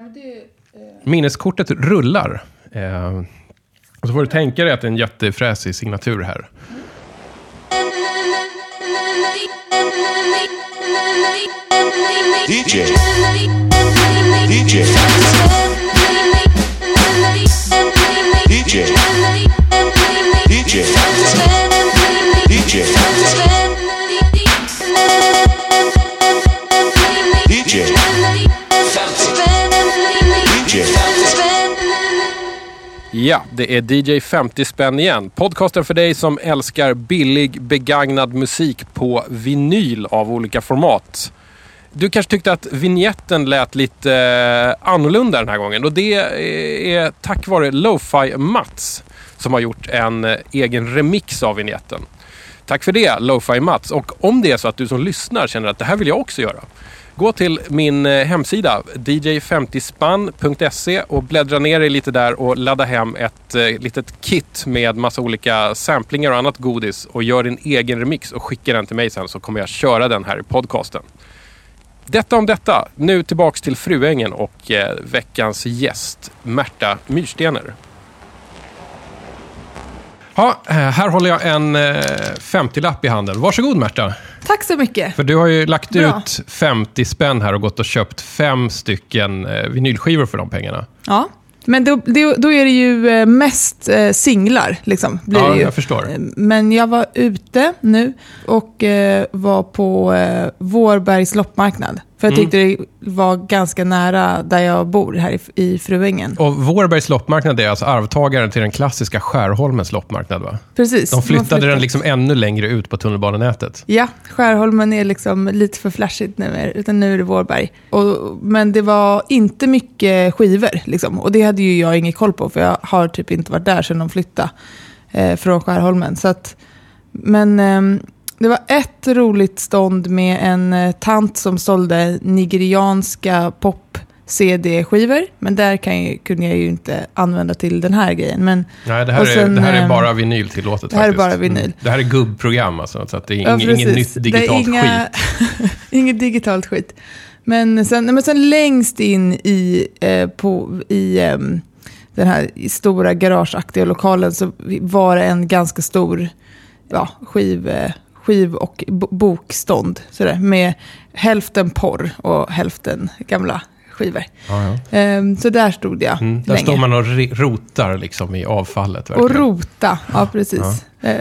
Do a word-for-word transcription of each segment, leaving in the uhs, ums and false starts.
Minneskortet rullar. Eh, och så får du tänka dig att det är en jättefräsig signatur här. D J D J D J D J D J D J Ja, det är D J femtio spänn igen. Podcasten för dig som älskar billig, begagnad musik på vinyl av olika format. Du kanske tyckte att vignetten lät lite eh, annorlunda den här gången. Och det är tack vare Lo-Fi Mats som har gjort en eh, egen remix av vignetten. Tack för det, Lo-Fi Mats. Och om det är så att du som lyssnar känner att det här vill jag också göra, gå till min eh, hemsida d j femtio spann punkt se och bläddra ner dig lite där och ladda hem ett eh, litet kit med massa olika samplingar och annat godis och gör din egen remix och skicka den till mig sen, så kommer jag köra den här i podcasten. Detta om detta. Nu tillbaks till Fruängen och eh, veckans gäst, Märta Myrstener. Ja, här håller jag en eh, femtio-lapp i handen. Varsågod, Märta. Tack så mycket. För du har ju lagt Bra. ut femtio spänn här och gått och köpt fem stycken eh, vinylskivor för de pengarna. Ja, men då, då, då är det ju mest eh, singlar, liksom. Blir Ja, det ju. jag förstår. Men jag var ute nu och eh, var på eh, Vårbergs loppmarknad. För jag tyckte mm. det var ganska nära där jag bor här i, i Fruängen. Och Vårbergs loppmarknad är alltså arvtagaren till den klassiska Skärholmens loppmarknad, va? Precis. De flyttade flyttat. den liksom ännu längre ut på tunnelbanenätet. Ja, Skärholmen är liksom lite för flashigt nu, mer, utan nu är det Vårberg. Och, men det var inte mycket skivor, liksom. Och det hade ju jag ingen koll på, för jag har typ inte varit där sedan de flyttade eh, från Skärholmen. Så att, men... Eh, det var ett roligt stånd med en eh, tant som sålde nigerianska pop-C D-skivor. Men där kan jag, kunde jag ju inte använda till den här grejen. Men, Nej, det här, sen, är, det här är bara vinyl tillåtet det här faktiskt. Är bara vinyl. Mm. Det här är gubbprogram alltså, så att det är ja, ing, ingen nytt digitalt inga, skit. Inget digitalt skit. Men sen, men sen längst in i, eh, på, i eh, den här stora garageaktiga lokalen så var det en ganska stor ja, skiv... Eh, skiv- och bokstånd sådär, med hälften porr och hälften gamla skivor. Ja, ja. Um, så där stod jag mm, Där länge. står man och ri- rotar liksom i avfallet. Verkligen. Och rota, ja precis. Ja.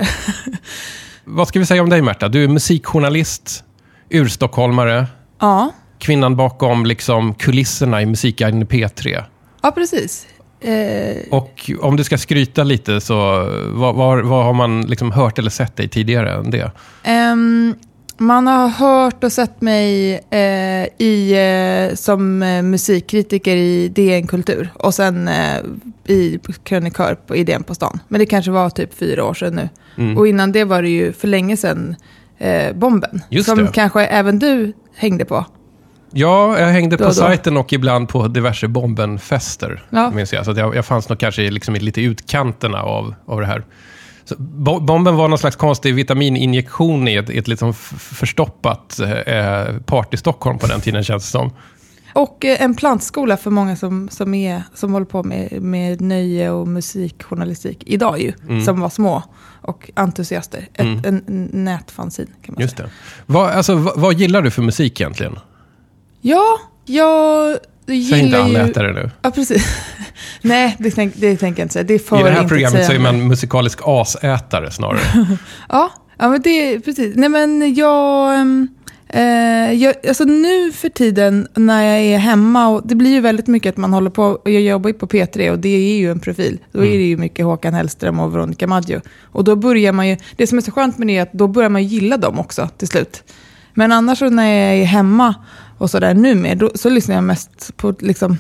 Vad ska vi säga om dig, Märta? Du är musikjournalist, urstockholmare, ja. Kvinnan bakom liksom kulisserna i Musikguiden P tre. Ja, precis. Eh, och om du ska skryta lite, så vad, vad, vad har man liksom hört eller sett dig tidigare än det? Um, man har hört och sett mig eh, i, eh, som eh, musikkritiker i D N Kultur och sen eh, i krönikör på Idén på stan. Men det kanske var typ fyra år sedan nu. Mm. Och innan det var det ju för länge sedan eh, Bomben. Just som det. Kanske även du hängde på. Ja, jag hängde då på då. sajten och ibland på diverse Bomben-fester. Ja. Minns jag. Så att jag, jag fanns nog kanske liksom i lite utkanterna av, av det här. Så bo- Bomben var någon slags konstig vitamininjektion i ett, ett liksom f- förstoppat eh, party i Stockholm på den tiden, känns det som. Och eh, en plantskola för många som, som, är, som håller på med, med nöje och musikjournalistik idag ju. Mm. Som var små och entusiaster. Ett, mm. en, en nätfanzin kan man Just säga. det. Vad, alltså, vad, vad gillar du för musik egentligen? Ja, jag gillar Säg inte ju... allätare nu. Ja, precis. Nej, det, tänk, det tänker jag inte säga. Det är för I det här inte programmet så är man med. musikalisk asätare snarare. ja, ja, men det är precis. Nej, men jag... Eh, jag... Alltså nu för tiden när jag är hemma, och det blir ju väldigt mycket att man håller på, och jag jobbar ju på P tre och det är ju en profil. Då mm. är det ju mycket Håkan Hellström och Veronica Maggio. Och då börjar man ju... Det som är så skönt med det är att då börjar man gilla dem också till slut. Men annars så när jag är hemma och så där nu med, då, så lyssnar jag mest på liksom,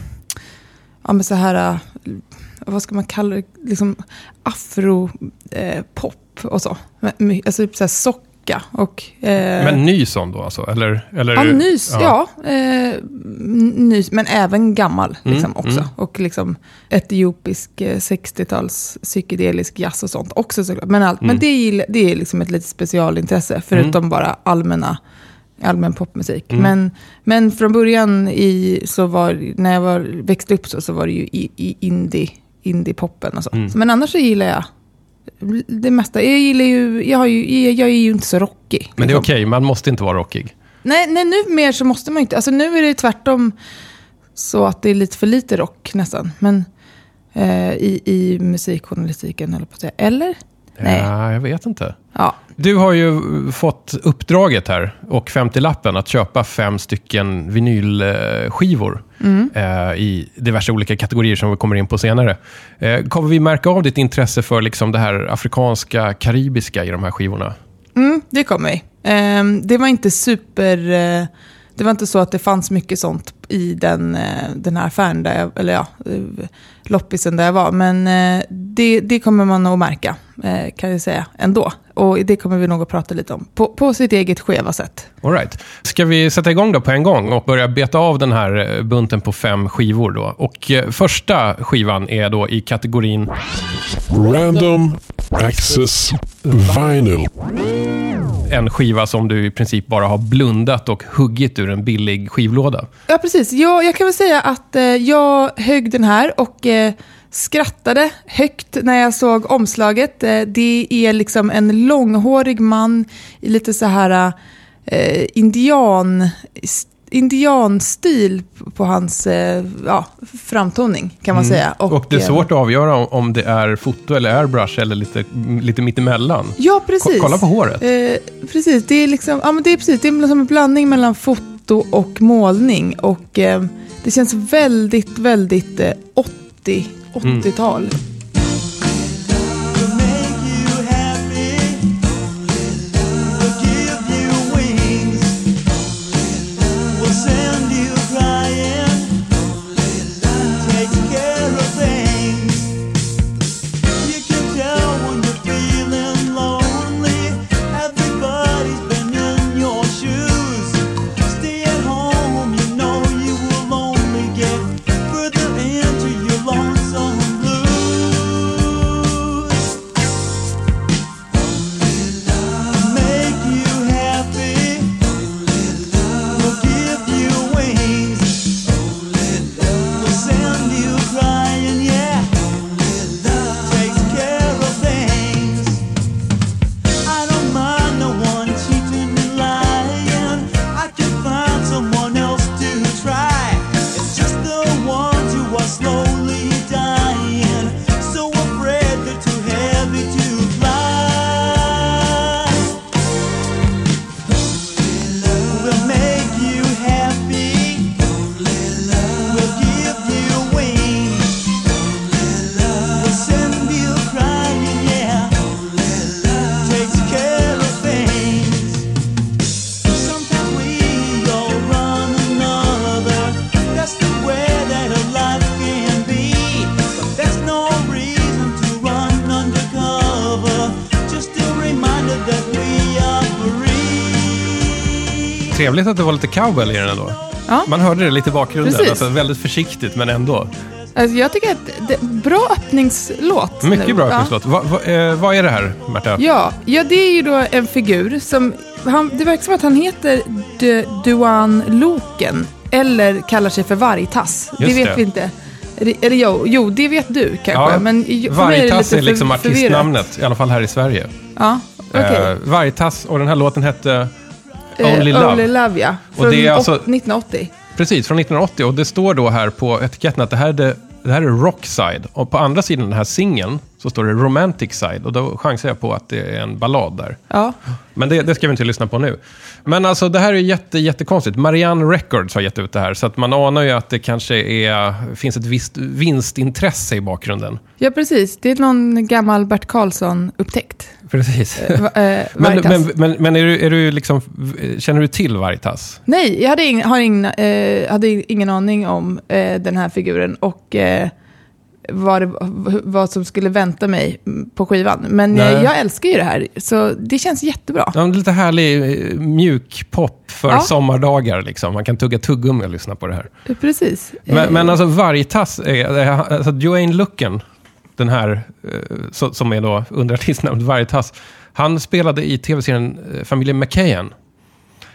ja men så här, vad ska man kalla det, liksom afro-pop eh, och så. Alltså så här socka och... Eh, men ny sån då alltså? Eller, eller, ja, nys, ja. ja eh, nys, men även gammal liksom mm, också. Mm. Och liksom etiopisk eh, sextio-tals psykedelisk jazz och sånt också såklart. Men, allt, mm. men det, är, det är liksom ett litet specialintresse, förutom mm. bara allmänna allmän popmusik. Mm. Men, men från början i, så var, när jag var, växte upp så, så var det ju i, i indie, indie-poppen och så. Mm. Men annars så gillar jag det mesta. Jag gillar ju, jag, har ju, jag är ju inte så rockig. Men det är okej, okay. Man måste inte vara rockig. Nej, nej, nu mer så måste man inte. Alltså nu är det tvärtom så att det är lite för lite rock nästan. Men eh, i, i musikjournalistiken eller på att säga. Eller? Nej. Ja, jag vet inte. Ja. Du har ju fått uppdraget här och femtio-lappen att köpa fem stycken vinylskivor mm. eh, i diverse olika kategorier som vi kommer in på senare. Eh, kommer vi märka av ditt intresse för liksom det här afrikanska, karibiska i de här skivorna? Mm, det kommer vi. Eh, det var inte super... Eh, det var inte så att det fanns mycket sånt i den, eh, den här affären, där jag, eller ja, loppisen där jag var. Men eh, det, det kommer man nog märka, eh, kan jag säga, ändå. Och det kommer vi nog att prata lite om. På, på sitt eget skeva sätt. All right. Ska vi sätta igång då på en gång och börja beta av den här bunten på fem skivor då? Och eh, första skivan är då i kategorin Random Access Vinyl. En skiva som du i princip bara har blundat och huggit ur en billig skivlåda. Ja, precis. Jag, jag kan väl säga att eh, jag högg den här och eh, skrattade högt när jag såg omslaget. Eh, det är liksom en långhårig man i lite så här eh, indian, indianstil på hans eh, ja, framtoning kan man mm. säga. Och, och det är svårt att avgöra om, om det är foto eller airbrush eller lite, lite mittemellan. Ja, precis. Kolla på håret. Eh, precis, det är liksom, ja, men det är precis, det är liksom en blandning mellan foto och målning och eh, det känns väldigt, väldigt eh, åttio, åttiotal. Mm. Trevligt att det var lite cowbell i den ändå. Ja. Man hörde det lite i bakgrunden. Alltså, väldigt försiktigt, men ändå. Alltså, jag tycker att det är bra öppningslåt. Mycket bra öppningslåt. Ja. Va, va, eh, vad är det här, Märta? Ja, ja, det är ju då en figur som... Han, det verkar som att han heter D- Duan Loken. Eller kallar sig för Vargtass. Just det vet det. Vi inte. Eller jo, jo, det vet du kanske. Ja, men Vargtass är, är liksom för, artistnamnet, i alla fall här i Sverige. Ja, okej. Okay. Eh, Vargtass, och den här låten hette... Only Love. Only Love, ja. Från och det är alltså, nittonhundraåttio. Precis, från nittonhundraåttio. Och det står då här på etiketten att det här är, det, det här är Rockside. Och på andra sidan den här singeln så står det Romantic Side. Och då chansar jag på att det är en ballad där. Ja. Men det, det ska vi inte lyssna på nu. Men alltså det här är jätte, jättekonstigt. Marianne Records har gett ut det här. Så att man anar ju att det kanske är, finns ett visst vinstintresse i bakgrunden. Ja, precis. Det är någon gammal Bert Karlsson-upptäckt. Precis. Äh, äh, men men, men, men är, du, är du liksom, känner du till Vargtass? Nej, jag hade, ing, har ing, eh, hade ingen aning om eh, den här figuren. Och... Eh, Vad, det, vad som skulle vänta mig på skivan. Men jag, jag älskar ju det här. Så det känns jättebra. Ja, lite härlig mjuk pop för ja. sommardagar. Liksom. Man kan tugga tuggummi och lyssna på det här. Precis. Men, men alltså Vargtass, alltså Joanne Lucken, den här som är då under artistnamnet Vargtass, han spelade i tv-serien Familjen McKayan.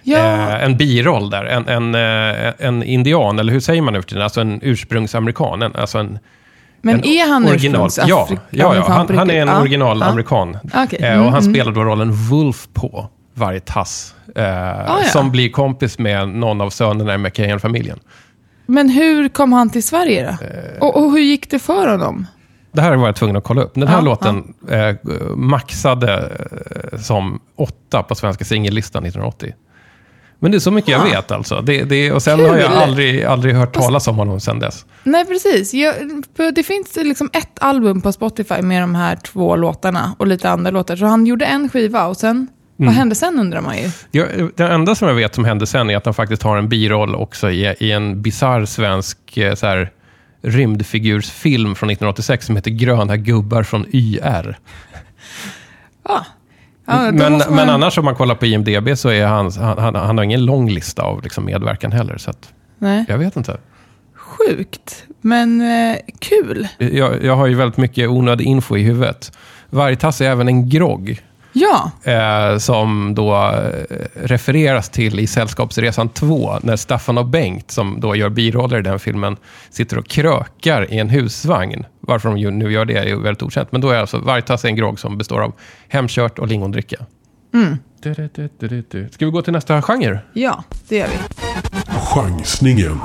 Ja. Eh, en biroll där. En, en, eh, en indian, eller hur säger man nu för tiden? Alltså en ursprungsamerikan. En, alltså en, Men en är han original, ja, ja, ja, han, han är en ja. original ja. amerikan. Okay. Eh, Mm, och han mm. spelar då rollen Wolf på Veritas. Eh, ja. Som blir kompis med någon av sönerna i McCain-familjen. Men hur kom han till Sverige då? Eh. Och, och hur gick det för honom? Det här var jag tvungen att kolla upp. Den här Ja, låten eh, maxade eh, som åtta på svenska singellistan nittonhundraåttio. Men det är så mycket jag vet alltså. Det, det, och sen Kul. har jag aldrig, aldrig hört talas om honom sen dess. Nej, precis. Jag, det finns liksom ett album på Spotify med de här två låtarna och lite andra låtar. Så han gjorde en skiva och sen, mm. vad hände sen undrar man ju? Jag, det enda som jag vet som hände sen är att han faktiskt har en biroll också i, i en bizarr svensk eh, så här, rymdfigursfilm från nittonhundraåttiosex som heter Gröna gubbar från Y R. Ja. Ja, då men, måste man- men annars om man kollar på I M D B så är han, han, han, han har ingen lång lista av liksom medverkan heller. Så att, Nej. jag vet inte. Sjukt, men eh, kul. Jag, jag har ju väldigt mycket onödig info i huvudet. Veritas är även en grogg. Ja, Eh, som då eh, refereras till i Sällskapsresan två när Staffan och Bengt, som då gör biroller i den filmen, sitter och krökar i en husvagn. Varför de ju nu gör det är ju väldigt okänt. Men då är alltså Veritas en grogg som består av hemkört och lingondricka. Mm. Du, du, du, du, du, du. Ska vi gå till nästa genre? ja, det gör vi. Chansningen.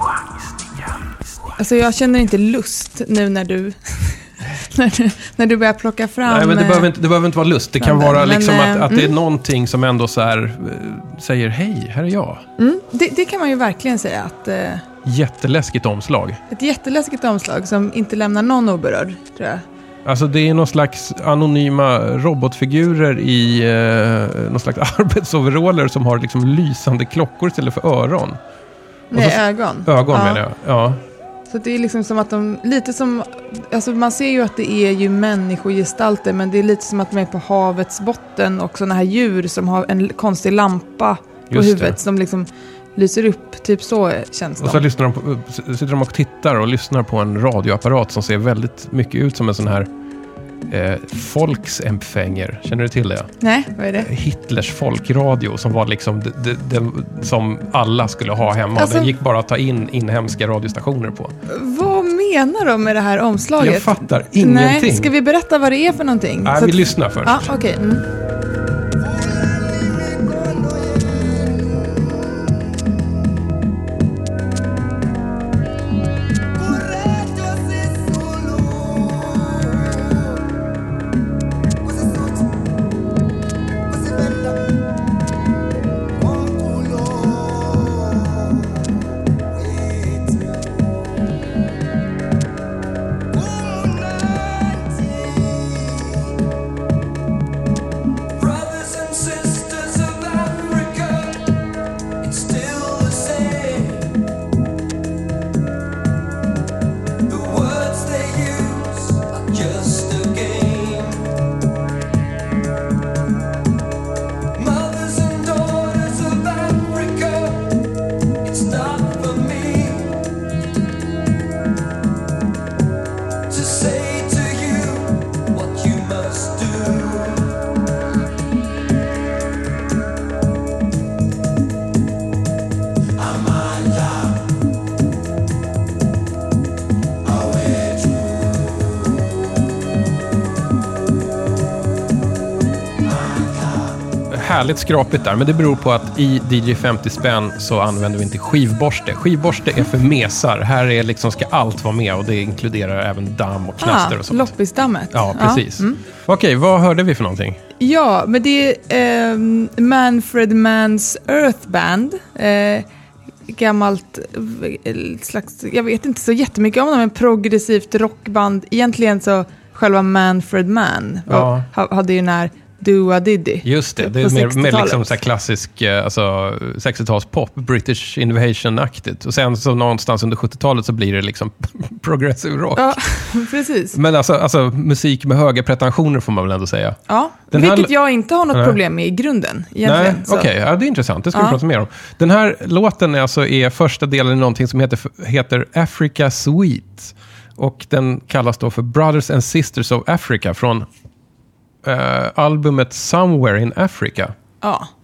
Alltså jag känner inte lust nu när du när du, när du börjar plocka fram. Nej, men det eh, behöver inte, det behöver inte vara lust. Det kan Men, vara men, liksom att, eh, att det är mm. någonting som ändå så här eh, säger hej, här är jag. Mm, det, det kan man ju verkligen säga att eh, Jätteläskigt omslag. ett jätteläskigt omslag som inte lämnar någon oberörd, tror jag. Alltså det är någon slags anonyma robotfigurer i eh, någon slags arbetsoveraller som har liksom lysande klockor istället för öron. Och Nej, så- ögon. Ögon Ja. menar jag. Ja. Så det är liksom som att de, lite som, alltså man ser ju att det är ju människogestalter, men det är lite som att de är på havets botten och sådana här djur som har en konstig lampa på Just huvudet det. som liksom lyser upp, typ så känns Och så de. lyssnar de på, sitter de och tittar och lyssnar på en radioapparat som ser väldigt mycket ut som en sån här eh, Volksempfänger. Känner du till det? Nej, vad är det? Hitlers folkradio som var liksom det, det, det, som alla skulle ha hemma. Alltså- Den gick bara att ta in inhemska radiostationer på. Vad menar de med det här omslaget? Jag fattar ingenting. Nej, ska vi berätta vad det är för någonting? Nej, Så vi att- lyssnar först. Ja, okej. Mm. Brothers and sisters of Africa, it's still the same. The words they use are just a game. Mothers and daughters of Africa, it's not for me to say to you what you must do. Härligt skrapigt där, men det beror på att i D J femtio spänn så använder vi inte skivborste. Skivborste är för mesar. Här är liksom, ska allt vara med och det inkluderar även damm och knaster Ah, och sånt. loppisdammet. Ja, precis. mm. Okej, vad hörde vi för någonting? Ja, men det är ehm, Manfred Manns Earth Band. Eh, gammalt eh, slags, jag vet inte så jättemycket om dem, men progressivt rockband. Egentligen så själva Manfred Mann Ja. ha, hade ju den här Dua Diddy. Just det, På det är mer, mer sextiotalet. liksom så här klassisk eh, alltså, sextiotalspop, British Invasion-aktigt. Och sen så någonstans under sjuttiotalet så blir det liksom progressive rock. Ja, precis. Men alltså, alltså musik med höga pretensioner får man väl ändå säga. Ja, Den här- vilket jag inte har något Nej. problem med i grunden. Egentligen. Nej, Så- okej. Ja, det är intressant. Det ska vi Ja. prata mer om. Den här låten är alltså är första delen i någonting som heter, heter Africa Suite. Och den kallas då för Brothers and Sisters of Africa från eh, albumet Somewhere in Africa. Ja,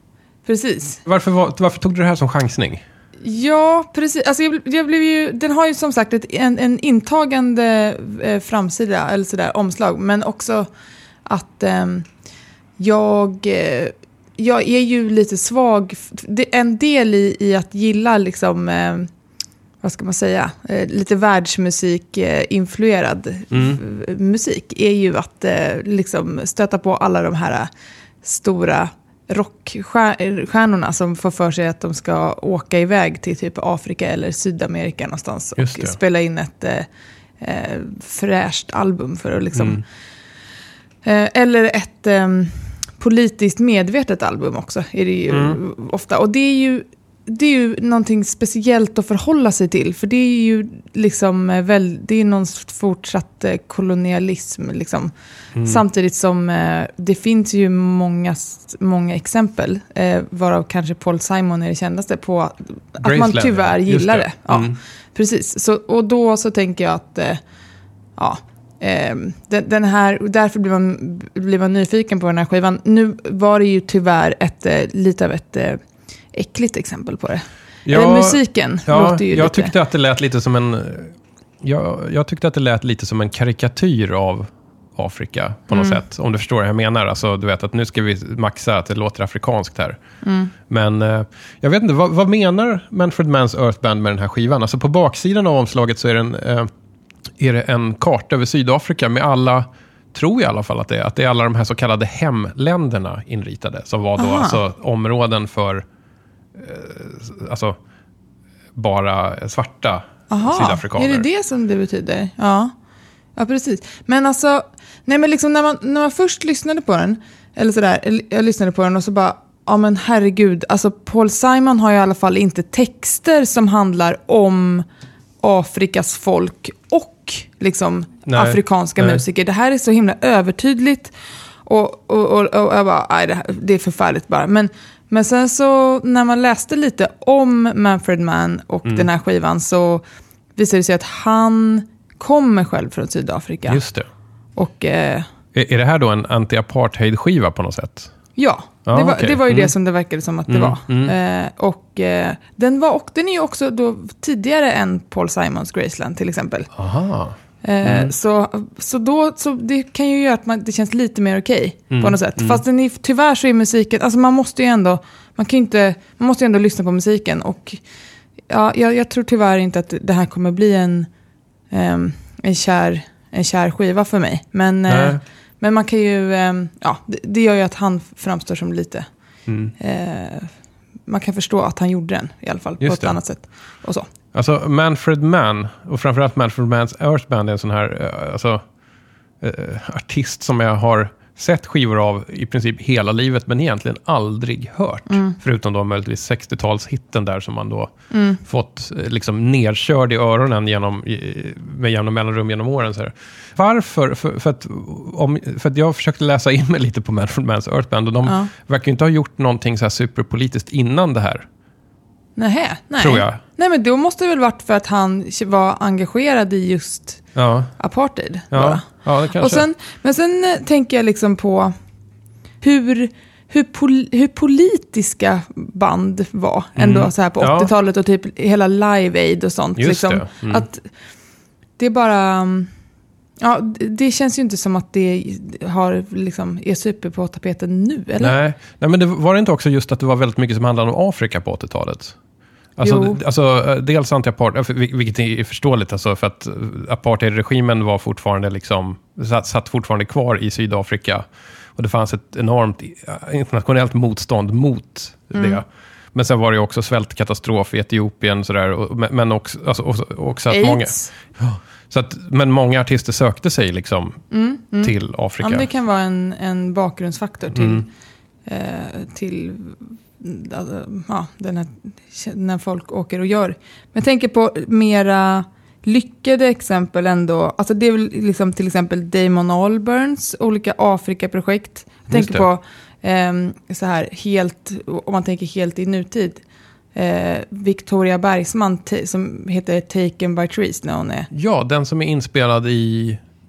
precis. Varför, var, varför tog du det här som chansning? Ja, precis. Alltså jag, jag blev ju, den har ju som sagt ett, en, en intagande eh, framsida, eller sådär, omslag. Men också att eh, jag, eh, jag är ju lite svag. Det, en del i, i att gilla liksom... Eh, vad ska man säga, eh, lite världsmusik-influerad Mm. f- musik är ju att eh, liksom stöta på alla de här eh, stora rockstjärnorna som får för sig att de ska åka iväg till typ Afrika eller Sydamerika någonstans och Just det. spela in ett eh, eh, fräscht album för att liksom... Mm. Eh, eller ett eh, politiskt medvetet album också är det ju Mm. ofta. Och det är ju det är ju någonting speciellt att förhålla sig till. För det är ju liksom eh, väl, det är någon fortsatt eh, kolonialism liksom. Mm. Samtidigt som eh, det finns ju många, många exempel, eh, varav kanske Paul Simon är det kändaste på att man Graceland, tyvärr ja. Just gillar det. det. Ja, Mm. precis. Så, och då så tänker jag att eh, ja, eh, den, den här, därför blir man, blir man nyfiken på den här skivan. Nu var det ju tyvärr ett, eh, lite av ett eh, äckligt exempel på det. Ja, Eller musiken Ja, låter ju jag lite... tyckte att det lät lite som en... Jag, jag tyckte att det lät lite som en karikatyr av Afrika på något Mm. sätt. Om du förstår vad jag menar. Alltså, du vet att nu ska vi maxa att det låter afrikanskt här. Mm. Men eh, jag vet inte, vad, vad menar Manfred Manns Earth Band med den här skivan? Alltså på baksidan av omslaget så är det en, eh, är det en karta över Sydafrika med alla, tror jag i alla fall att det är, att det är alla de här så kallade hemländerna inritade. Som var då Aha. alltså områden för eh, alltså bara svarta Aha, sydafrikaner. är det det som det betyder? Ja, ja precis. Men alltså, nej men liksom när man, när man först lyssnade på den, eller sådär, eller jag lyssnade på den och så bara, ja men herregud, alltså Paul Simon har ju i alla fall inte texter som handlar om Afrikas folk och liksom Nej, afrikanska nej. musiker. Det här är så himla övertydligt och, och, och, och jag bara, nej det, här, det är förfärligt bara. Men Men sen så när man läste lite om Manfred Mann och Mm. den här skivan så visade det sig att han kommer själv från Sydafrika. Just det. Och eh, Är, är det här då en anti-apartheid-skiva på något sätt? ja, Ja, det, var, okej. det var ju Mm. det som det verkade som att det Mm, var. mm. Eh, och eh, den, var, och den är ju också då tidigare än Paul Simons Graceland till exempel. Aha. Eh, Mm. så, så, då, så det kan ju göra att man, det känns lite mer okej Mm, på något sätt. mm. Fast den är, tyvärr så är musiken, alltså man måste ju ändå, man kan ju inte, man måste ju ändå lyssna på musiken. Och ja, jag, jag tror tyvärr inte att det här kommer bli en, ehm, en, kär, en kär skiva för mig. Men, eh, Nej. men man kan ju, ehm, ja, det, det gör ju att han framstår som lite, Mm. eh, man kan förstå att han gjorde den i alla fall på Just ett det. annat sätt. Och så. Alltså Manfred Mann, och framförallt Manfred Manns Earth Band är en sån här eh, alltså, eh, artist som jag har sett skivor av i princip hela livet men egentligen aldrig hört. Mm. Förutom då möjligtvis sextiotalshitten där som man då fått eh, liksom nedkörd i öronen genom, i, med jämna mellanrum genom åren. Så här. Varför? För, för, att, om, för att jag försökte läsa in mig lite på Manfred Manns Earth Band och de Ja. verkar ju inte ha gjort någonting så här superpolitiskt innan det här. Nähä, nej. Tror jag. Nej, men då måste det väl varit för att han var engagerad i just Ja, apartheid. ja, bara. ja det kanske. Och sen, men sen eh, tänker jag liksom på hur, hur, pol, hur politiska band var ändå Mm. så här på Ja. åttiotalet och typ hela Live Aid och sånt. Just liksom. det. Mm. Att det är bara... mm, Ja, det- det känns ju inte som att det har, liksom, är super på tapeten nu, eller? Nej. Nej, men det var det inte också just att det var väldigt mycket som handlade om Afrika på åttiotalet? Alltså, Jo. d- alltså eh, dels anti-apartheid, vil- vilket är förståeligt, alltså, för att eh, apartheidregimen var fortfarande liksom, satt, satt fortfarande kvar i Sydafrika. Och det fanns ett enormt eh, internationellt motstånd mot Mm. det. Men sen var det ju också svältkatastrof i Etiopien, sådär, och, men- men också, alltså, också, också att många... AIDS. Så att, men många artister sökte sig liksom till Ja, Afrika. men det kan vara en, en bakgrundsfaktor till, Mm. eh, till alltså, ja, den här, när folk åker och gör. Men jag tänker på mera lyckade exempel ändå. Alltså det är väl liksom till exempel Damon Albarns olika Afrika-projekt. Jag Just tänker på ehm, så här helt, om man tänker helt i nutid. Eh, Victoria Bergsman t- som heter Taken by Trees när hon är Ja, den som är inspelad i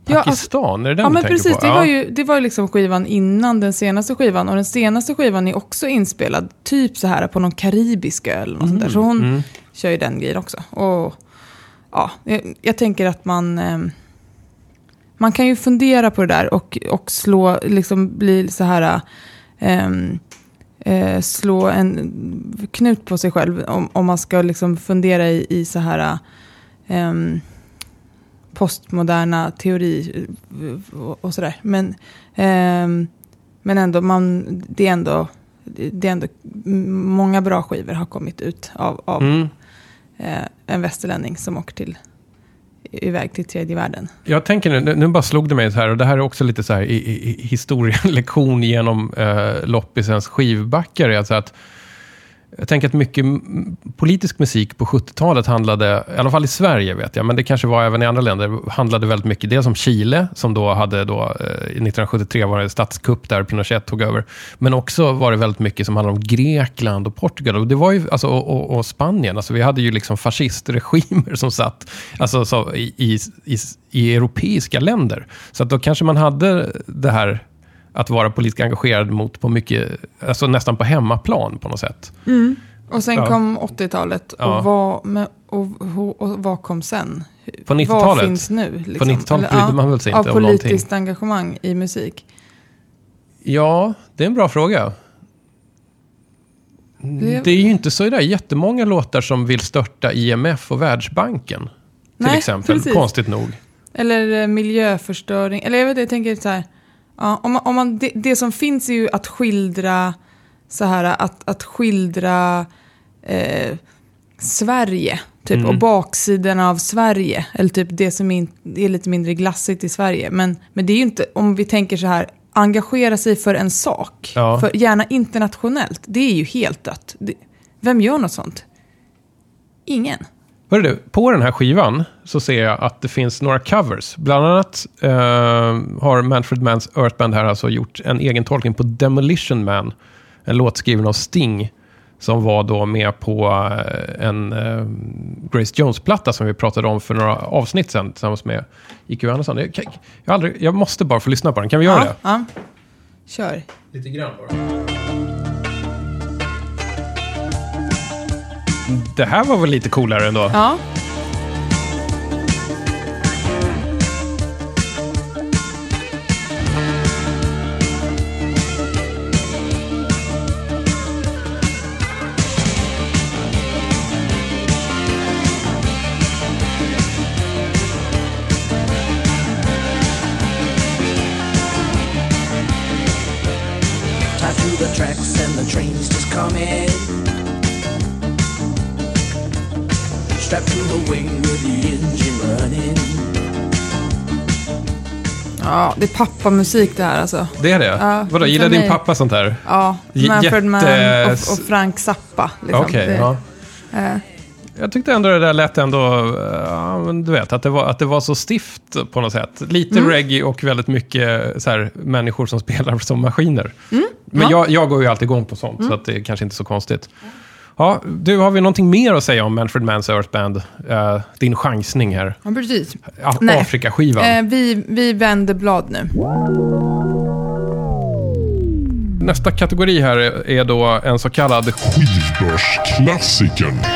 Ja, alltså- Pakistan, är det den Ja, du men tänker precis. på? Det Ja. var ju det var ju liksom skivan innan den senaste skivan. Och den senaste skivan är också inspelad typ så här på någon karibisk ö eller något sånt där. Så hon mm. kör ju den grejen också. Och ja, jag, jag tänker att man... Eh, man kan ju fundera på det där och, och slå, liksom bli så här... Eh, eh, slå en knut på sig själv om, om man ska liksom fundera i, i så här... Eh, postmoderna teori och, och sådär. Men, eh, men ändå, man, det, är ändå, det är ändå många bra skivor har kommit ut av, av Mm. eh, en västerlänning som åker till iväg till tredje världen. Jag tänker nu, nu bara slog det mig så här, och det här är också lite så här i, i, i historielektion genom eh, loppisens skivbackar, alltså att jag tänker att mycket m- politisk musik på sjuttiotalet handlade, i alla fall i Sverige vet jag, men det kanske var även i andra länder, handlade väldigt mycket. Dels om Chile, som då hade då, eh, nittonhundrasjuttiotre var det statskupp där Pinochet tog över. Men också var det väldigt mycket som handlade om Grekland och Portugal. Och det var ju, alltså, och, och, och Spanien. Alltså, vi hade ju liksom fascistregimer som satt alltså, så, i, i, i, i europeiska länder. Så att då kanske man hade det här att vara politiskt engagerad mot på mycket, alltså nästan på hemmaplan på något sätt. Mm. Och sen Ja. kom åttiotalet och, Ja. vad, med, och, och, och vad kom sen? På nittiotalet? Vad finns nu? Liksom? På nittiotalet Eller, brydde man väl sig inte av om någonting. politiskt engagemang i musik. Ja, det är en bra fråga. Det- Det är ju inte så där jättemånga låtar som vill störta I M F och Världsbanken. Till Nej, exempel, precis. konstigt nog. Eller eh, miljöförstöring. Eller jag vet inte, jag tänker så här. Ja, om man, om man, det, det som finns är ju att skildra så här, att, att skildra eh, Sverige. Typ, Mm. och baksidorna av Sverige. Eller typ det som in, är lite mindre glassigt i Sverige. Men, men det är ju inte, om vi tänker så här, engagera sig för en sak. Ja. För, gärna internationellt. Det är ju helt dött. Det, vem gör något sånt? Ingen. Hörru du, på den här skivan så ser jag att det finns några covers. Bland annat eh, har Manfred Manns Earth Band här alltså gjort en egen tolkning på Demolition Man. En låt skriven av Sting som var då med på eh, en eh, Grace Jones-platta som vi pratade om för några avsnitt sedan tillsammans med I Q Andersson. Jag, jag, jag, aldrig, jag måste bara få lyssna på den. Kan vi göra Ja, det? ja. Kör. Lite grann bara. Det här var väl lite coolare ändå? Ja. Tied to the tracks and the trains just coming. Strapped to the wing with the engine running. Ja, det är pappamusik det här alltså. Det är det? Ja, Vadå, för gillar din mig- pappa sånt här? Ja, J- Manfred Mann jätte- och, och Frank Zappa. Liksom. Okej, Det- ja. eh, Jag tyckte ändå det där lät ändå, ja, men du vet, att det, var, att det var så stift på något sätt. Lite Mm. reggae och väldigt mycket så här, människor som spelar som maskiner. Men Ja. jag, jag går ju alltid igång på sånt, så att det är kanske inte så konstigt. Ja, du, har vi någonting mer att säga om Manfred Manns Earth Band? Uh, din chansning här. ja, precis. Ja, Nej. Afrika-skivan. Eh, vi, vi vänder blad nu. Nästa kategori här är, är då en så kallad Skivbörsklassikern.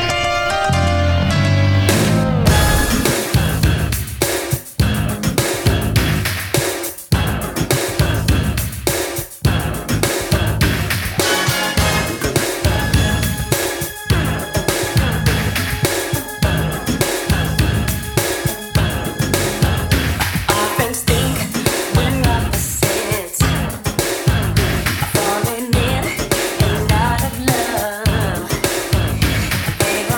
Friends think we're opposites, falling in and out of love. They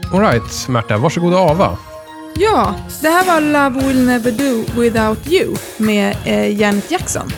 All right, Märta, varsågod och ava. Ja, det här var Love Will Never Do Without You med eh, Janet Jackson.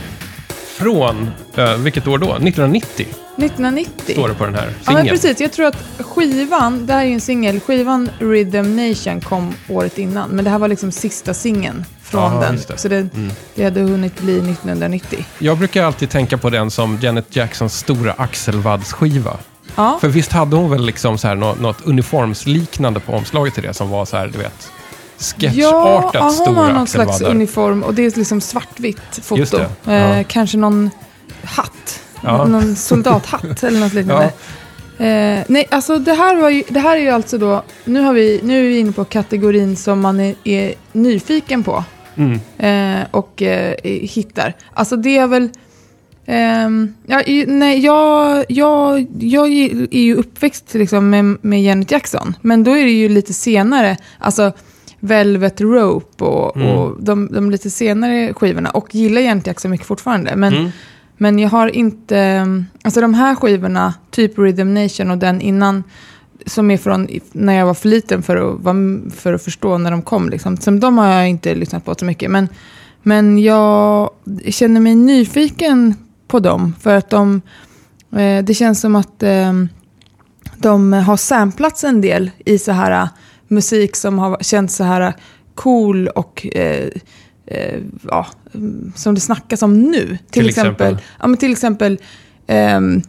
Från, eh, vilket år då? nittonhundranittio nittonhundranittio. står det på den här Ja, singeln. men precis. Jag tror att skivan, det här är ju en singel, skivan Rhythm Nation kom året innan. Men det här var liksom sista singeln från Aha, den. just det. Så det, det hade hunnit bli nittonhundranittio. Jag brukar alltid tänka på den som Janet Jacksons stora axelvaddsskiva. Ja, För visst hade hon väl liksom så här något, något uniformsliknande på omslaget till det som var så här, du vet, sketchartat ja, ja, hon stora har någon slags axelvaddar. uniform och det är liksom svartvitt foto. Just det, ja. Eh, kanske någon hatt. Ja. Någon soldathatt eller något liknande. Eh, nej, alltså det här, var ju, det här är ju alltså då, nu, har vi, nu är vi inne på kategorin som man är, är nyfiken på Mm. eh, och eh, hittar. Alltså det är väl, ehm, ja, i- nej, jag, jag, jag är ju uppväxt liksom med, med Janet Jackson, men då är det ju lite senare, alltså Velvet Rope och, Mm. och de, de lite senare skivorna, och gillar Janet Jackson mycket fortfarande, men Mm. men jag har inte, alltså de här skivorna, typ Rhythm Nation och den innan, som är från när jag var för liten för att, vara- för att förstå när de kom. Liksom. Så de har jag inte lyssnat på så mycket. Men, men jag känner mig nyfiken på dem. För att de, eh, det känns som att eh, de har samplats en del i så här eh, musik som har känts så här cool och eh, eh, ja, mm, som det snackas om nu. Till, Till exempel, exempel? Ja, men till exempel ehm,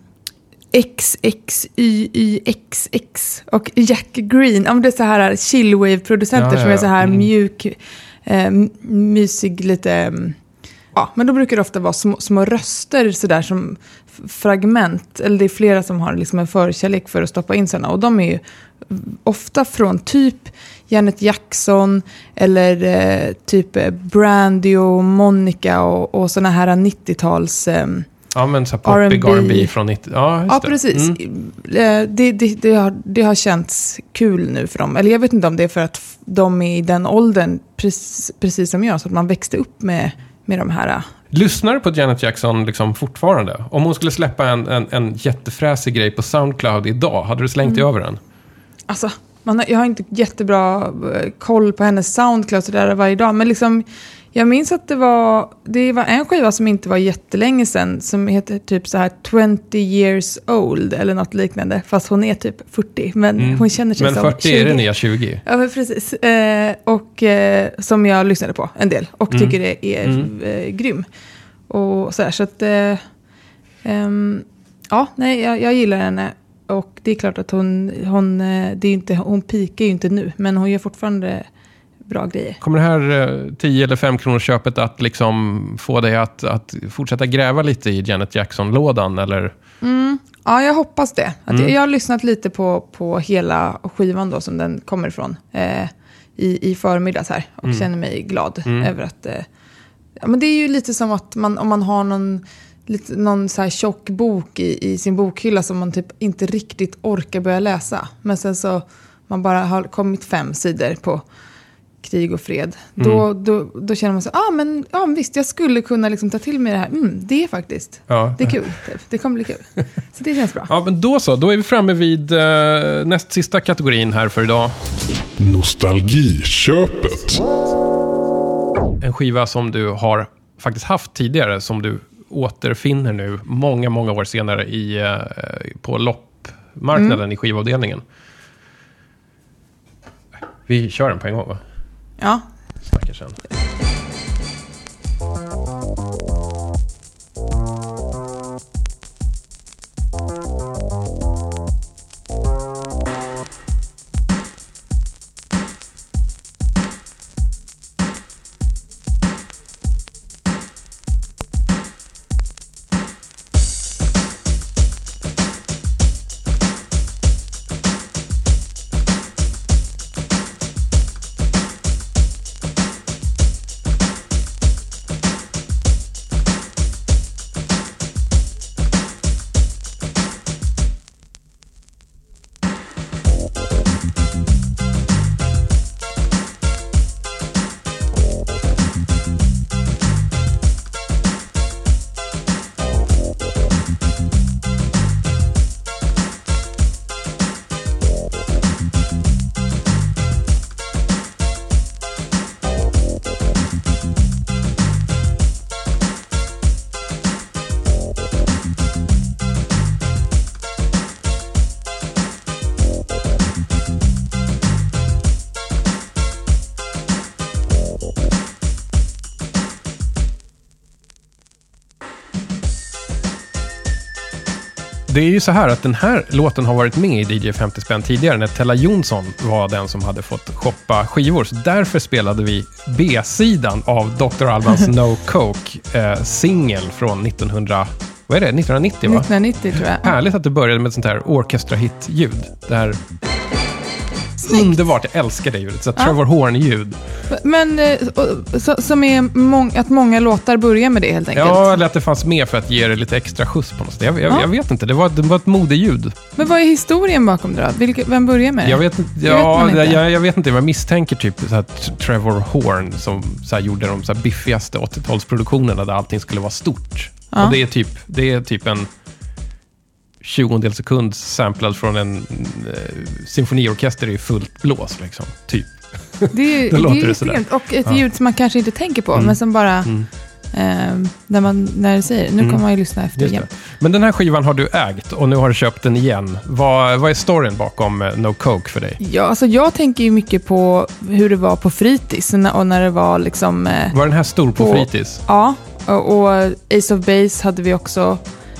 X X Y Y X X och Jack Green. Ja, men det är så här chillwave-producenter Ja, ja, som är så här mm. mjuk, eh, mysig, lite... mm, Ja, men då brukar det ofta vara små, små röster så där som f- fragment. Eller det är flera som har liksom en förkärlek för att stoppa in sådana. Och de är ju ofta från typ Janet Jackson eller eh, typ eh, Brandy och Monica och, och sådana här nittio-tals... Eh, Ja, men så här poppig R R and and B B från nittio. Ja, just ja, det. precis. Mm. Eh, Det, det, det, har, det har känts kul nu för dem. Eller jag vet inte om det är för att f- de är i den åldern precis, precis som jag. Så att man växte upp med, med de här... eh, Lyssnar du på Janet Jackson liksom fortfarande? Om hon skulle släppa en, en, en jättefräsig grej på SoundCloud idag, hade du slängt Mm. över den? Alltså, man har, jag har inte jättebra eh, koll på hennes SoundCloud så där varje dag. Men liksom, jag minns att det var, det var en skiva som inte var jättelänge sedan. Som heter typ så här twenty years old eller något liknande. Fast hon är typ fyrtio. Men Mm. hon känner sig Men som fyrtio är det tjugo. nya tjugo. Ja, men precis. Eh, och eh, som jag lyssnade på en del. Och Mm. tycker det är Mm. eh, grym. Och så här, så att... Eh, ehm, ja, nej, jag, jag gillar henne. Och det är klart att hon... Hon, eh, det är inte, hon pikar ju inte nu. Men hon gör fortfarande bra grejer. Kommer det här eh, tio eller fem kronors köpet att liksom få dig att, att fortsätta gräva lite i Janet Jackson-lådan? Eller? Mm. Ja, jag hoppas det. Att Mm. jag, jag har lyssnat lite på, på hela skivan då som den kommer ifrån. Eh, i, I förmiddags här. Och Mm. känner mig glad Mm. över att... Eh, ja, men det är ju lite som att man, om man har någon, lite, någon så här tjock bok i, i sin bokhylla som man typ inte riktigt orkar börja läsa. Men sen så man bara har kommit fem sidor på krig och fred. Mm. Då, då, då känner man så ah, men ja, men visst, jag skulle kunna liksom ta till mig det här. Mm, det är faktiskt. Ja. Det är kul. Typ. Det kommer bli kul. Så det känns bra. Ja, men då så. Då är vi framme vid eh, näst sista kategorin här för idag. Nostalgiköpet. En skiva som du har faktiskt haft tidigare, som du återfinner nu många, många år senare i, eh, på loppmarknaden Mm. i skivavdelningen. Vi kör den på en gång, va? Ja. Snackar sen. Det är ju så här att den här låten har varit med i D J femtio spänn tidigare när Tella Jonsson var den som hade fått shoppa skivor. Så därför spelade vi B-sidan av doktor Albans No Coke eh, singel från nittonhundra, vad är det? nittonhundranittio va? nittonhundranittio tror jag. Härligt att du började med ett sånt här orkestra-hit-ljud. Det här Snyggt. underbart, jag älskar det ljudet. Så Trevor Horn-ljud. Men eh, och- så, som är mång, att många låtar börjar med det helt enkelt. Ja, eller att det fanns med för att ge det lite extra skjuts på något sätt. Jag, jag, Ja. jag vet inte, det var, det var ett modeljud. Men vad är historien bakom det då? Vilka, vem börjar med det? Jag vet inte, Det vet ja, man inte. jag, jag vet inte, jag misstänker typ så här T- Trevor Horn som så här gjorde de så här biffigaste åttiotalsproduktionerna där allting skulle vara stort. Ja. Och det är typ, det är typ en tjugondel sekund samplad från en eh, symfoniorkester i fullt blås liksom, typ. Det är ju Då det låter är ju det sådär. fint. Och ett Ja. ljud som man kanske inte tänker på, Mm. men som bara, Mm. eh, när, man, när det säger, nu Mm. kommer man ju lyssna efter Just igen. det. Men den här skivan har du ägt och nu har du köpt den igen. Vad, vad är storyn bakom eh, No Coke för dig? Ja, alltså jag tänker ju mycket på hur det var på fritids och när, och när det var liksom, eh, Var den här stor på På- fritids? ja, och, och Ace of Base hade vi också,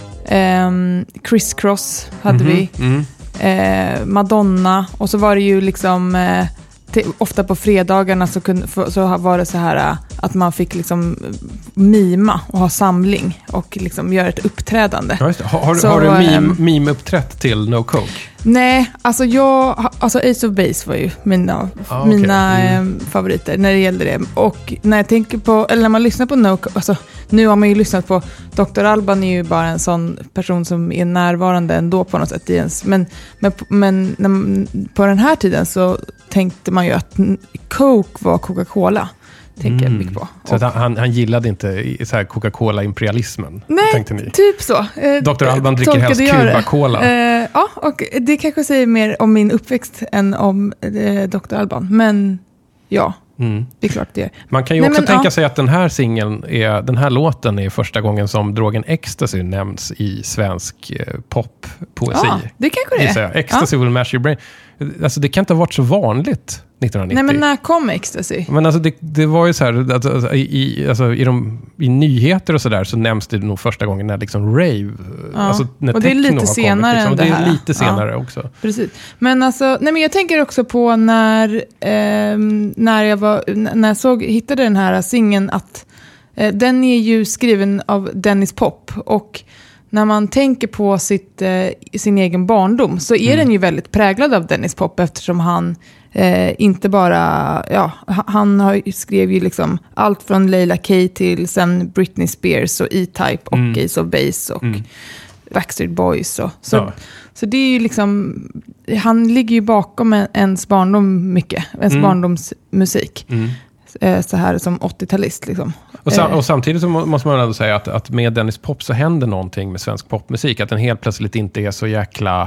ehm, Criss Cross hade vi, Mm. eh, Madonna, och så var det ju liksom eh, till, ofta på fredagarna så, kunde, för, så var det så här eh, att man fick liksom eh, mima och ha samling och liksom göra ett uppträdande. Ja, just det. Har, har, Så, har du meme, ehm, meme-uppträtt till No Coke? Nej, alltså jag, alltså Ace of Base var ju mina, Ah, okej. mina Mm. eh, favoriter när det gällde det. Och när jag tänker på, eller när man lyssnar på No Coke, alltså nu har man ju lyssnat på, doktor Alban är ju bara en sån person som är närvarande ändå på något sätt i ens, men, men, men när, man- på den här tiden så tänkte man ju att Coke var Coca-Cola, tänker jag mycket på. Så att Och- han, han, han gillade inte i- så här Coca-Cola-imperialismen, Nej, tänkte ni. typ så. Eh, doktor Alban dricker tolkade helst jag det. Cuba-Cola. Eh, ja, och det kanske säger mer om min uppväxt än om eh, doktor Alban. Men ja, Mm. det är klart det är. Man kan ju Nej, också men, tänka ja. sig att den här singeln, är, den här låten är första gången som drogen ecstasy nämns i svensk eh, poppoesi. Ja, det kanske det Gissar är. jag. Ecstasy will mash your brain. Alltså det kan inte ha varit så vanligt nittonhundranittio. Nej, men när kom ecstasy? Men alltså det, det var ju så här, att, alltså, i, alltså, i, de, i nyheter och sådär så nämns det nog första gången när liksom rave, Ja. alltså när Och det är techno lite har kommit, senare liksom. än Och det det är här. lite senare också. Precis. Men alltså, nej men jag tänker också på när, ehm, när jag var, n- när jag såg, hittade den här singeln att eh, den är ju skriven av Dennis Pop, och när man tänker på sitt, eh, sin egen barndom så är den ju väldigt präglad av Dennis Pop, eftersom han eh, inte bara, ja, ha- han har, ju- skrev ju liksom allt från Leila K till sen Britney Spears och E-Type och Mm. Ace of Base och Backstreet Boys. Och, så, Ja. så det är ju liksom, han ligger ju bakom en, ens barndom mycket, ens Mm. barndomsmusik. Mm. Eh, så här som åttiotalist liksom. Och, sam- Eh, och samtidigt så må- måste man ändå säga att, att med Dennis Pop så händer någonting med svensk popmusik. Att den helt plötsligt inte är så jäkla,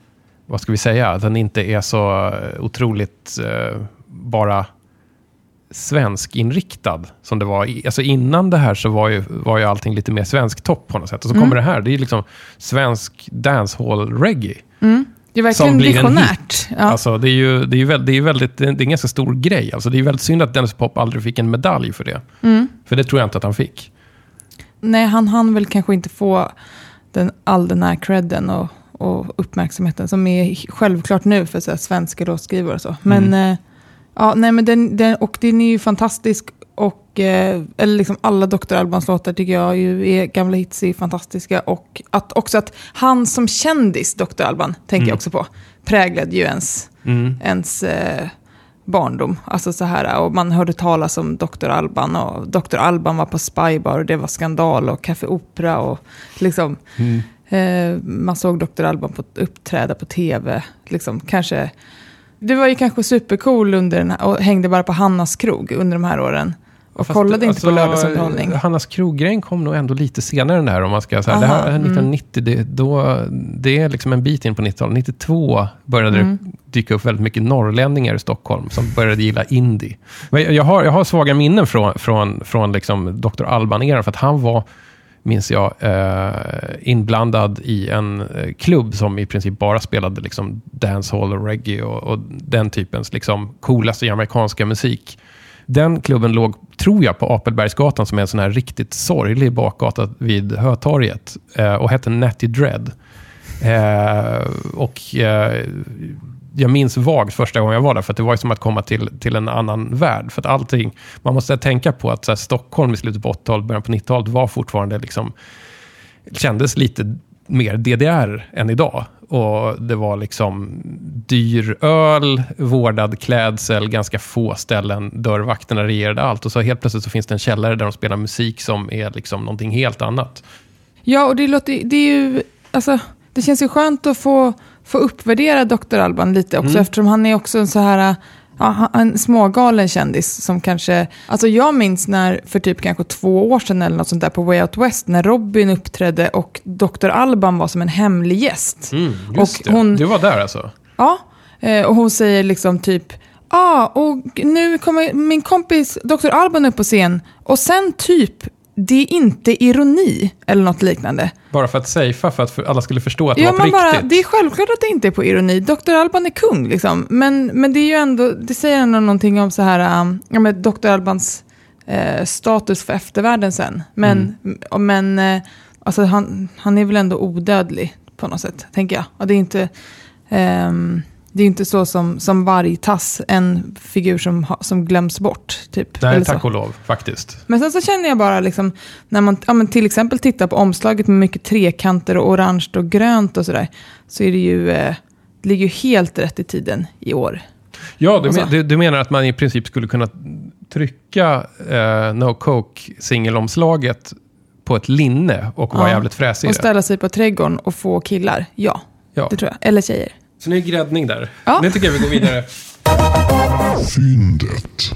vad ska vi säga, att den inte är så eh, otroligt eh, bara svensk-inriktad som det var. I- Alltså innan det här så var ju, var ju allting lite mer svensk topp på något sätt. Och så Mm. kommer det här, det är liksom svensk dancehall-reggae. det är verkligen som blir en visionärt. Ja. Alltså det är ju det är, väldigt, det är väldigt, det är en ganska stor grej. Alltså det är väldigt synd att Dennis Pop aldrig fick en medalj för det. Mm. För det tror jag inte att han fick. Nej, han hann väl kanske inte få den, all den här credden och, och uppmärksamheten som är självklart nu för så här, svenska låtskrivare och så. Men, Mm. eh, ja, nej, men den, den, och den är ju fantastisk, och eh, eller liksom alla doktor Albans låtar tycker jag ju är gamla hits, är fantastiska, och att också att han som kändis, doktor Alban, tänker jag också på, präglade ju ens, Mm. ens eh, barndom. Alltså så här, och man hörde talas om doktor Alban, och doktor Alban var på Spybar och det var skandal och Café Opera och liksom Mm. eh, man såg doktor Alban på, uppträda på tv. Liksom, kanske, det var ju kanske supercool under den här, och hängde bara på Hannas krog under de här åren. Och Fast kollade inte på alltså, lördagsunderhållning. Hannas kroggrejen kom nog ändå lite senare än det här. Om man ska säga. Det Aha, här är mm. nittonhundranittio, det, då, det är liksom en bit in på nittiotalet. nittiotvå började Mm. det dyka upp väldigt mycket norrlänningar i Stockholm som började gilla indie. Men jag har, jag har svaga minnen från, från, från liksom doktor Alban-eran, för att han var, minns jag, eh, inblandad i en eh, klubb som i princip bara spelade liksom dancehall och reggae och, och den typens liksom coolaste amerikanska musik. Den klubben låg, tror jag, på Apelbergsgatan, som är en sån här riktigt sorglig bakgata vid Hötorget, eh, och hette Natty Dread. Eh, och eh, jag minns vagt första gången jag var där, för att det var ju som att komma till, till en annan värld. För att allting, man måste tänka på att så här, Stockholm i slutet på åttiotalet, början på nittiotalet var fortfarande liksom, kändes lite mer D D R än idag. Och det var liksom dyr öl, vårdad klädsel, ganska få ställen, dörrvakterna regerade allt. Och så helt plötsligt så finns det en källare där de spelar musik som är liksom någonting helt annat. Ja, och det låter, det är ju, alltså, det känns ju skönt att få, få uppvärdera doktor Alban lite också, Mm. eftersom han är också en så här, ja, en smågalen kändis som kanske, alltså jag minns när för typ kanske två år sedan eller något sånt där på Way Out West, när Robin uppträdde och doktor Alban var som en hemlig gäst. Mm, just Och det. hon- Du var där alltså? Ja, eh, och hon säger liksom typ, ja, ah, och nu kommer min kompis doktor Alban upp på scen, och sen typ, det är inte ironi eller något liknande. Bara för att safea, för att för alla skulle förstå att det Ja, var på man bara, riktigt. det är självklart att det inte är på ironi. doktor Alban är kung liksom. Men, men det är ju ändå, det säger ändå någonting om så här, um, ja, med doktor Albans eh, status för eftervärlden sen. Men, mm. men eh, alltså han, han är väl ändå odödlig på något sätt, tänker jag. Och det är inte, ehm, det är inte så som, som Vargtass, en figur som, ha, som glöms bort. Typ, Nej, eller så. tack och lov, faktiskt. Men sen så känner jag bara liksom, när man ja, men till exempel tittar på omslaget med mycket trekanter och orange och grönt och sådär, så är det ju, eh, det ligger ju helt rätt i tiden i år. Ja, du, Och så. men, du, du menar att man i princip skulle kunna trycka eh, No Coke singelomslaget på ett linne och vara Ja. jävligt fräsig. Och ställa sig på trädgården och få killar. Ja, Ja. det tror jag. Eller tjejer. Snygg gräddning där. Ja. Nu tycker jag vi går vidare. Fyndet.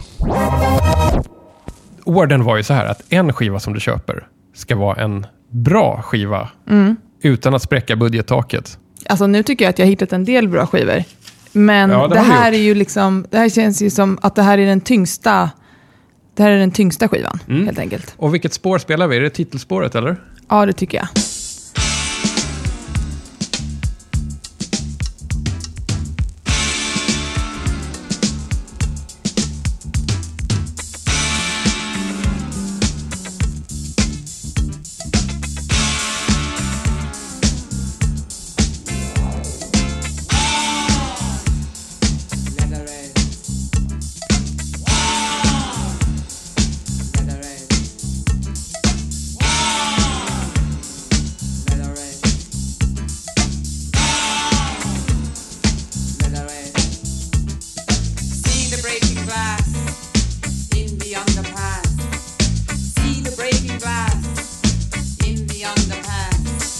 Orden var ju så här att en skiva som du köper ska vara en bra skiva Mm. utan att spräcka budgettaket. Alltså nu tycker jag att jag har hittat en del bra skivor. Men Ja, det det, har du här gjort. är ju liksom, det här känns ju som att det här är den tyngsta, det här är den tyngsta skivan, Mm. helt enkelt. Och vilket spår spelar vi? Är det titelspåret eller? Ja, det tycker jag. See the breaking glass in the underpass. See the breaking glass in the underpass.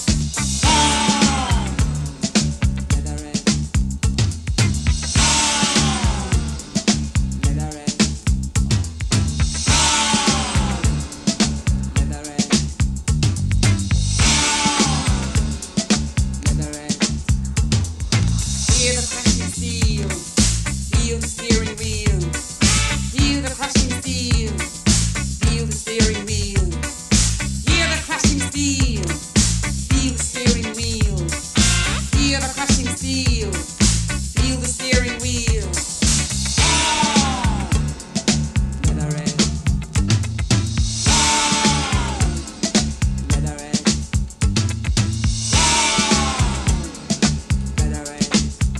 Let her in. Let her in. Let her in. Let her in. Hear the crashing steel. Feel the steering wheel. Feel the crushing steel. Feel the steering wheel. Hear the crushing steel. Feel the steering wheel. Hear the crushing steel. Feel the steering wheel. Let her in. Let her in. Let her in.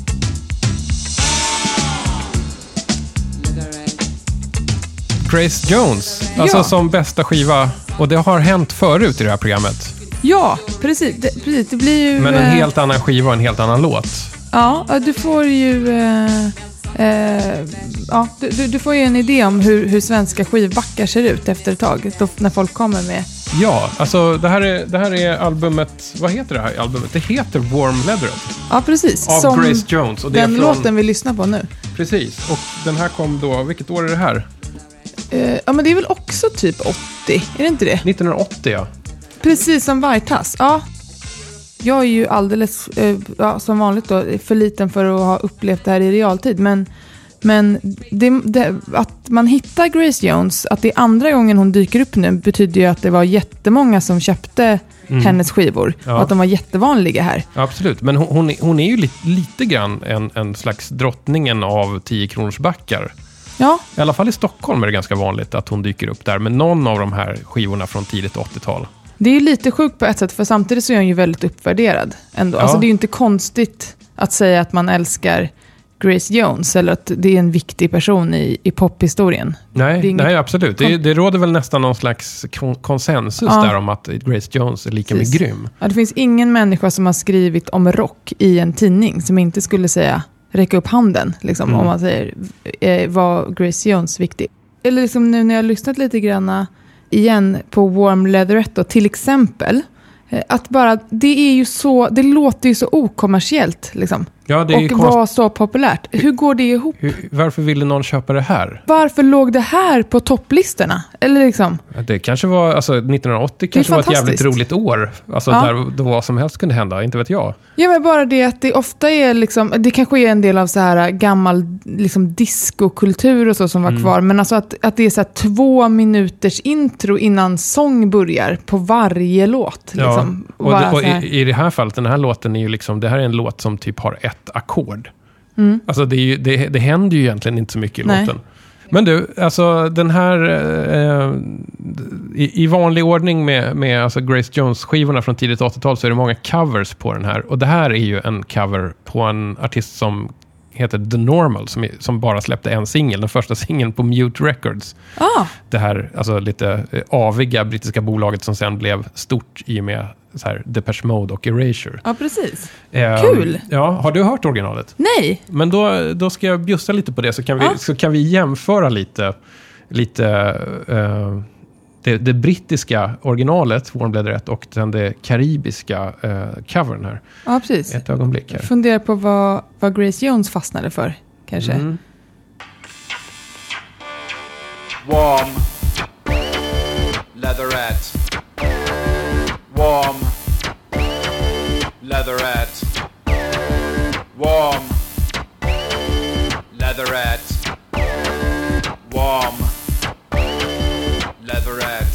Let her in. Grace Jones, alltså Ja. som bästa skiva. Och det har hänt förut i det här programmet. Ja, precis. Det, precis. Det blir ju... Men en eh, helt annan skiva och en helt annan låt. Ja, du får ju... Eh, eh, ja, du, du, du får ju en idé om hur, hur svenska skivbackar ser ut efter ett tag. Då, när folk kommer med... Ja, alltså det här är, det här är albumet, vad heter det här albumet? Det heter Warm Leather Ja, precis. av som Grace Jones. Och det den är från, låten vi lyssnar på nu. Precis, och den här kom då, vilket år är det här? Eh, ja, men det är väl också typ åttio, är det inte det? nittonhundraåttio, ja. Precis som Vargtass, ja. Jag är ju alldeles, eh, ja, som vanligt då, för liten för att ha upplevt det här i realtid. Men, men det, det, att man hittar Grace Jones, att det är andra gången hon dyker upp nu, betyder ju att det var jättemånga som köpte hennes skivor. Ja. Och att de var jättevanliga här. Absolut, men hon, hon, är, hon är ju lite, lite grann en, en slags drottningen av tio kronors backar. Ja, I alla fall i Stockholm är det ganska vanligt att hon dyker upp där med någon av de här skivorna från tidigt åttiotal. Det är ju lite sjukt på ett sätt, för samtidigt så är hon ju väldigt uppvärderad ändå. Ja. Alltså det är ju inte konstigt att säga att man älskar Grace Jones eller att det är en viktig person i, i pophistorien. Nej, Det är inget- nej absolut. Det, det råder väl nästan någon slags kon- konsensus Ja. där om att Grace Jones är lika Precis. med grym. Ja, det finns ingen människa som har skrivit om rock i en tidning som inte skulle säga, räcka upp handen liksom, Mm. om man säger eh, var Grace Jones viktig. Eller liksom nu när jag har lyssnat lite grann igen på Warm Leatherette då, till exempel, eh, att bara, det är ju så, det låter ju så okommersiellt liksom. Ja, det är ju Och konst... var så populärt. Hur går det ihop? Hur, varför ville någon köpa det här? Varför låg det här på topplistorna? Eller liksom, Ja, Det kanske var, alltså nittonhundraåttio kanske var ett jävligt fantastiskt. roligt år. Alltså Ja. där då vad som helst kunde hända, inte vet jag. ja men bara det att det ofta är liksom, det kanske är en del av så här gammal liksom discokultur och så som var Mm. kvar, men alltså att, att det är så här två minuters intro innan sång börjar på varje låt. Liksom. och Bara det, och så här. i, i det här fallet, den här låten är ju liksom, det här är en låt som typ har ett ackord. Mm. Alltså det, är ju, det, det händer ju egentligen inte så mycket i Nej. låten. Men du, alltså den här eh, i, i vanlig ordning med, med alltså Grace Jones-skivorna från tidigt åttiotal så är det många covers på den här. Och det här är ju en cover på en artist som heter The Normal, som, är, som bara släppte en singel, den första singeln på Mute Records. Ah, Det här alltså lite eh, aviga brittiska bolaget som sen blev stort i och med så här Depeche Mode och Erasure. ja, precis. Eh, Kul. Ja, har du hört originalet? Nej. Men då, då ska jag bjussa lite på det, så kan vi, Ja. så kan vi jämföra lite, lite eh, det, det brittiska originalet, Warm Leatherette, och den det karibiska eh, covern här. Ja, precis. Ett ögonblick här. Jag funderar på vad, vad Grace Jones fastnade för, kanske. Mm. Warm leatherette. Warm leatherette. Warm leatherette. Warm leatherette.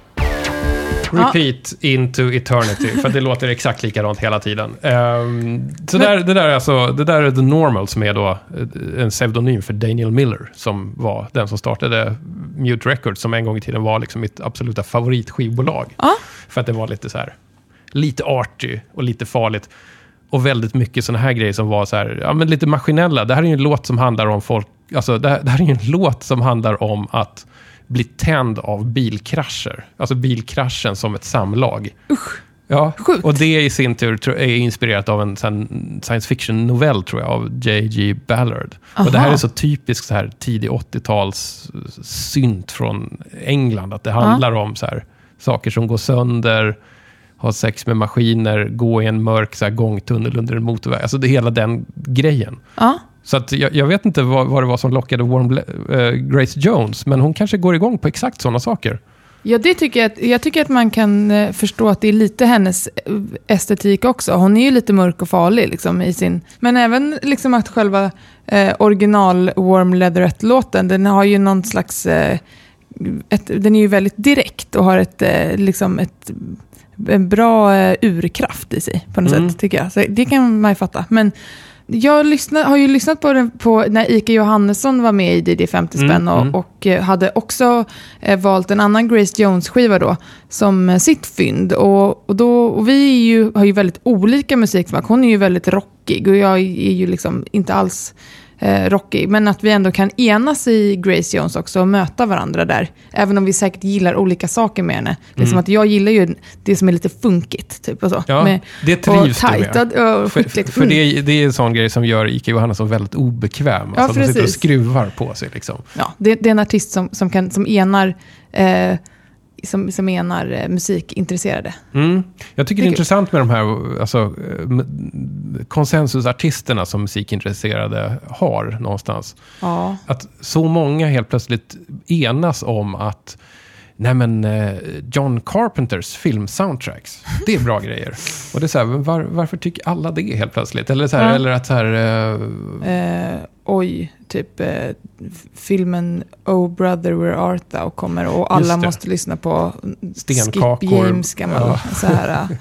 Repeat into eternity, för det låter exakt likadant hela tiden. Um, så där, det, där är alltså, det där är The Normal, som är då en pseudonym för Daniel Miller, som var den som startade Mute Records, som en gång i tiden var liksom mitt absoluta favoritskivbolag. Ja. För att det var lite så här, lite arty och lite farligt. Och väldigt mycket såna här grejer som var så här, ja men lite maskinella. Det här är ju en låt som handlar om folk, alltså det här, det här är ju en låt som handlar om att bli tänd av bilkrascher. Alltså bilkraschen som ett samlag. Usch. Ja, Sjukt. och det i sin tur tro- är inspirerat av en sån science fiction-novell, tror jag, av J G Ballard. Och det här Aha. är så typiskt så här tidig åttio-tals synt från England, att det handlar om så här saker som går sönder, ha sex med maskiner, gå i en mörk så här gångtunnel under en motorväg. Alltså det är hela den grejen. Ja. Så att jag, jag vet inte vad, vad det var som lockade Warm, äh, Grace Jones, men hon kanske går igång på exakt sådana saker. Ja, det tycker jag, att, jag tycker att man kan eh, förstå att det är lite hennes eh, estetik också. Hon är ju lite mörk och farlig liksom, i sin... Men även liksom att själva eh, original Warm Leatherette-låten, den har ju någon slags... Eh, ett, den är ju väldigt direkt och har ett, eh, liksom ett, en bra eh, urkraft i sig på något Mm. sätt, tycker jag. Så det kan man ju fatta. Men jag lyssna, har ju lyssnat på den på när Ike Johannesson var med i D D femtio spänn Mm, och, mm. och eh, hade också eh, valt en annan Grace Jones-skiva då som eh, sitt fynd. Och, och, då, och vi är ju, har ju väldigt olika musiksmak. Hon är ju väldigt rockig och jag är ju liksom inte alls eh, rockig. Men att vi ändå kan enas i Grace Jones också och möta varandra där. Även om vi säkert gillar olika saker med henne. Liksom att jag gillar ju det som är lite funkigt. Typ, och så. Ja, med, det trivs och du med. tajt och, och För, skickligt. för det, är, det är en sån grej som gör Ike Johannesson väldigt obekväm. Ja, Alltså, de sitter och precis. skruvar på sig. Liksom. Ja, det, det är en artist som, som, kan, som enar, eh, som, som enar eh, musikintresserade. Mm. Jag tycker det är Tycker- intressant med de här alltså, eh, m- konsensusartisterna som musikintresserade har någonstans. Ja. Att så många helt plötsligt enas om att nej men eh, John Carpenters filmsoundtracks, det är bra grejer. Och det är så här, men var, varför tycker alla det helt plötsligt? Eller, så här, Ja. eller att så här... Eh, Eh, oj, typ eh, f- filmen Oh Brother Where Art Thou kommer och alla Just det. måste lyssna på Stenkakor. Skip James gammal Ja. så här, eh,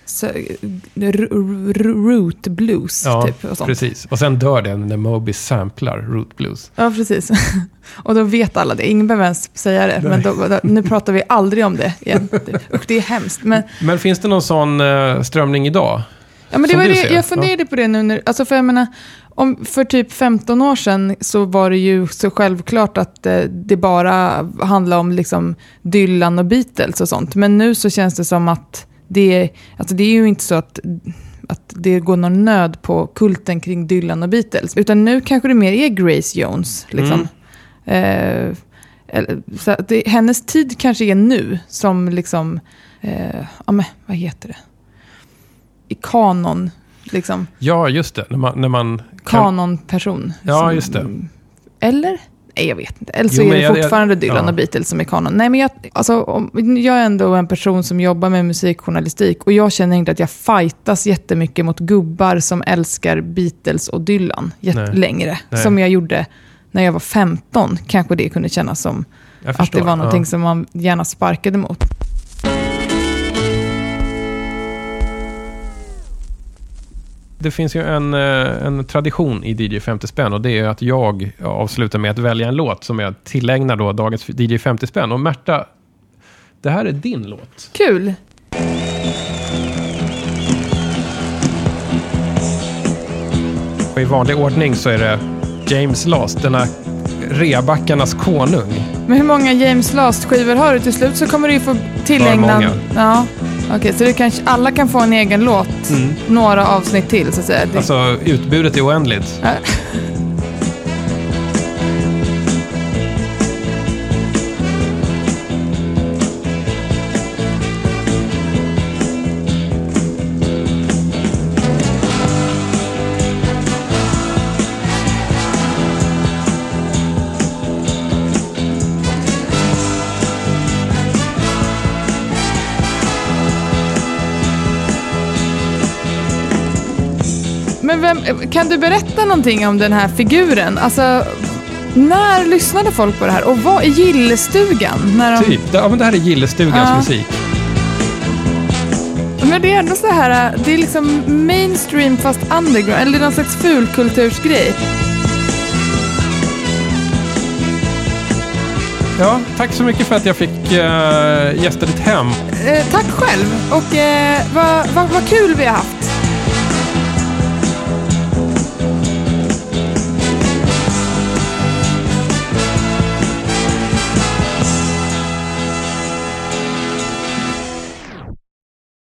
så, r- r- root blues Ja, typ. Och sånt. precis. Och sen dör den när Moby samplar Root Blues. Ja, precis. Och då vet alla det. Ingen behöver ens säga det. Men då, då, nu pratar vi aldrig om det igen. Och det är hemskt. Men, Men finns det någon sån uh, strömning idag? ja, men det Som var du det, ser? jag funderade på det nu. När, alltså för jag menar, om, för typ femton år sedan så var det ju så självklart att eh, det bara handlar om liksom Dylan och Beatles och sånt. Men nu så känns det som att det, alltså det är ju inte så att, att det går någon nöd på kulten kring Dylan och Beatles. Utan nu kanske det mer är Grace Jones. Liksom. Mm. Eh, eller, så att det, hennes tid kanske är nu som liksom, eh, ja men vad heter det? I kanon, liksom. Ja, just det. När man, när man kan... Kanonperson. Ja, som, just det. Eller? Nej, jag vet inte. Eller så Jo, är men det jag- fortfarande jag- Dylan ja. och Beatles som är kanon. Nej, men jag, alltså, om, jag är ändå en person som jobbar med musikjournalistik och jag känner inte att jag fightas jättemycket mot gubbar som älskar Beatles och Dylan jätt- Nej. längre. Nej. Som jag gjorde när jag var femton. Kanske det kunde kännas som Jag att förstår. det var någonting Ja. som man gärna sparkade mot. Det finns ju en, eh, en tradition i D J femtio spänn och det är att jag avslutar med att välja en låt som jag tillägnar då dagens D J femtio spänn. Och Märta, det här är din låt. Kul! Och i vanlig ordning så är det James Last, denna rebackarnas konung. Men hur många James Last-skivor har du? Till slut så kommer du ju få tillägna... För många. Ja, okej. så du kanske, alla kan få en egen låt. Mm. Några avsnitt till, så att säga. Det, Alltså, utbudet är oändligt. ja. Men vem, kan du berätta någonting om den här figuren? Alltså, när lyssnade folk på det här? Och vad är gillestugan? När de, Typ. Ja, men det här är Gillestugans Ja. musik. Men det är ändå så här, det är liksom mainstream fast underground, eller någon slags fulkultursgrej. Ja, tack så mycket för att jag fick uh, gästa ditt hem. Eh, tack själv, och eh, vad, vad, vad kul vi har haft.